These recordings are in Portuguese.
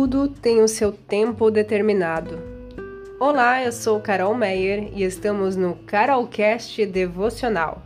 Tudo tem o seu tempo determinado. Olá, eu sou Carol Meyer e estamos no Carolcast Devocional.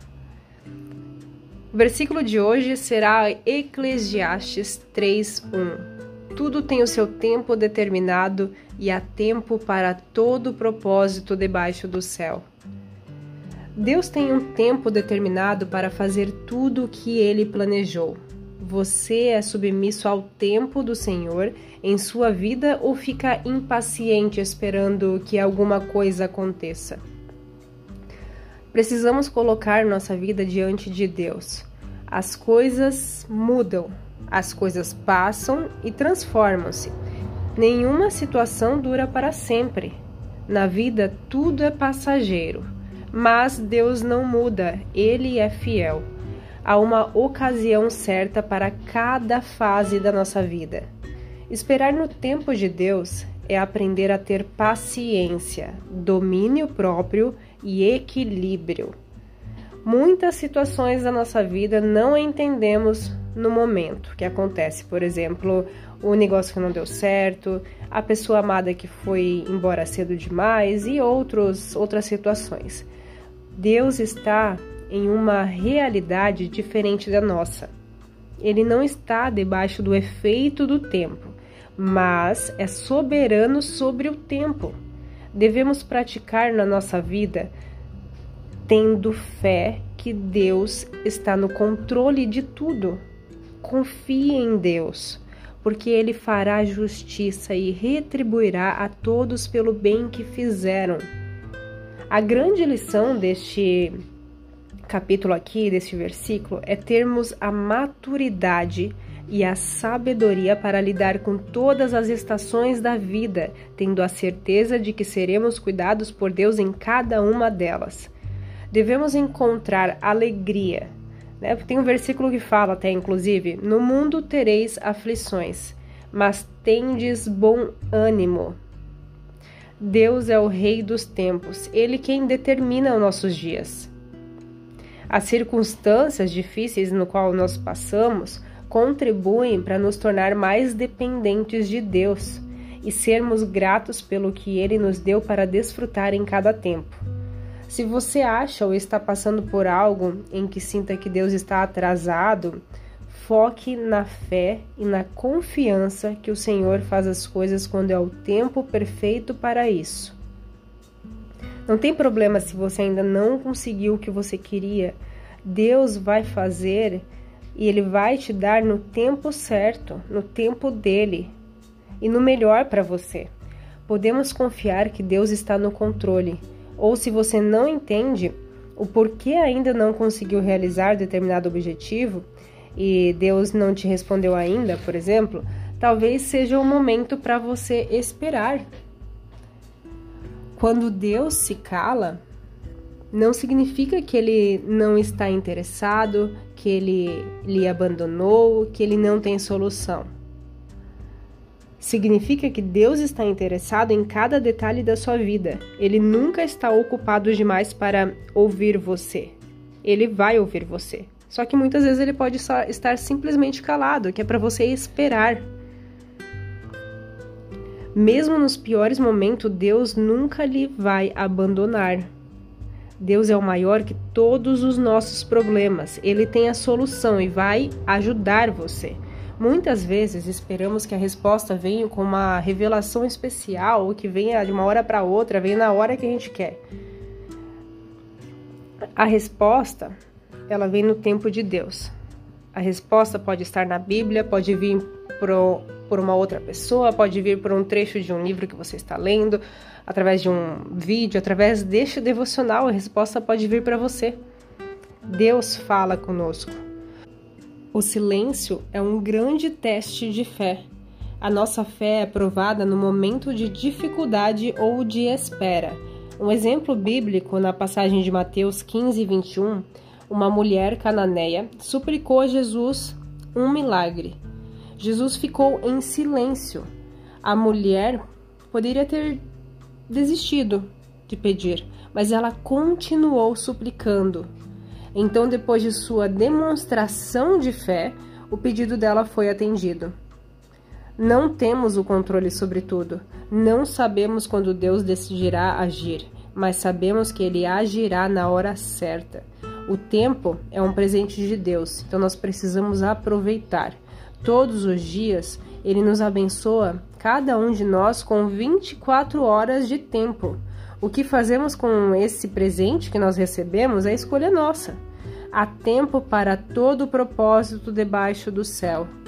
O versículo de hoje será Eclesiastes 3:1. Tudo tem o seu tempo determinado e há tempo para todo propósito debaixo do céu. Deus tem um tempo determinado para fazer tudo o que Ele planejou. Você é submisso ao tempo do Senhor em sua vida ou fica impaciente esperando que alguma coisa aconteça? Precisamos colocar nossa vida diante de Deus. As coisas mudam, as coisas passam e transformam-se. Nenhuma situação dura para sempre. Na vida tudo é passageiro, mas Deus não muda, Ele é fiel. Há uma ocasião certa para cada fase da nossa vida. Esperar no tempo de Deus é aprender a ter paciência, domínio próprio e equilíbrio. Muitas situações da nossa vida não entendemos no momento que acontece. Por exemplo, o negócio que não deu certo, a pessoa amada que foi embora cedo demais e outras situações. Deus está em uma realidade diferente da nossa. Ele não está debaixo do efeito do tempo, mas é soberano sobre o tempo. Devemos praticar na nossa vida tendo fé que Deus está no controle de tudo. Confie em Deus, porque Ele fará justiça e retribuirá a todos pelo bem que fizeram. A grande lição deste capítulo aqui, deste versículo, é termos a maturidade e a sabedoria para lidar com todas as estações da vida, tendo a certeza de que seremos cuidados por Deus em cada uma delas. Devemos encontrar alegria, né? Tem um versículo que fala até, inclusive, no mundo tereis aflições, mas tendes bom ânimo. Deus é o Rei dos tempos, Ele quem determina os nossos dias. As circunstâncias difíceis no qual nós passamos contribuem para nos tornar mais dependentes de Deus e sermos gratos pelo que Ele nos deu para desfrutar em cada tempo. Se você acha ou está passando por algo em que sinta que Deus está atrasado, foque na fé e na confiança que o Senhor faz as coisas quando é o tempo perfeito para isso. Não tem problema se você ainda não conseguiu o que você queria. Deus vai fazer e Ele vai te dar no tempo certo, no tempo dEle e no melhor para você. Podemos confiar que Deus está no controle. Ou se você não entende o porquê ainda não conseguiu realizar determinado objetivo e Deus não te respondeu ainda, por exemplo, talvez seja o momento para você esperar. Quando Deus se cala, não significa que Ele não está interessado, que Ele lhe abandonou, que Ele não tem solução. Significa que Deus está interessado em cada detalhe da sua vida. Ele nunca está ocupado demais para ouvir você. Ele vai ouvir você. Só que muitas vezes Ele pode só estar simplesmente calado, que é para você esperar. Mesmo nos piores momentos, Deus nunca lhe vai abandonar. Deus é o maior que todos os nossos problemas. Ele tem a solução e vai ajudar você. Muitas vezes esperamos que a resposta venha com uma revelação especial ou que venha de uma hora para outra, venha na hora que a gente quer. A resposta, ela vem no tempo de Deus. A resposta pode estar na Bíblia, pode vir por uma outra pessoa, pode vir por um trecho de um livro que você está lendo, através de um vídeo, através deste devocional, a resposta pode vir para você. Deus fala conosco. O silêncio é um grande teste de fé. A nossa fé é provada no momento de dificuldade ou de espera. Um exemplo bíblico na passagem de Mateus 15:21, uma mulher cananeia suplicou a Jesus um milagre. Jesus ficou em silêncio. A mulher poderia ter desistido de pedir, mas ela continuou suplicando. Então, depois de sua demonstração de fé, o pedido dela foi atendido. Não temos o controle sobre tudo. Não sabemos quando Deus decidirá agir, mas sabemos que Ele agirá na hora certa. O tempo é um presente de Deus, então nós precisamos aproveitar. Todos os dias, Ele nos abençoa, cada um de nós, com 24 horas de tempo. O que fazemos com esse presente que nós recebemos é escolha nossa. Há tempo para todo o propósito debaixo do céu.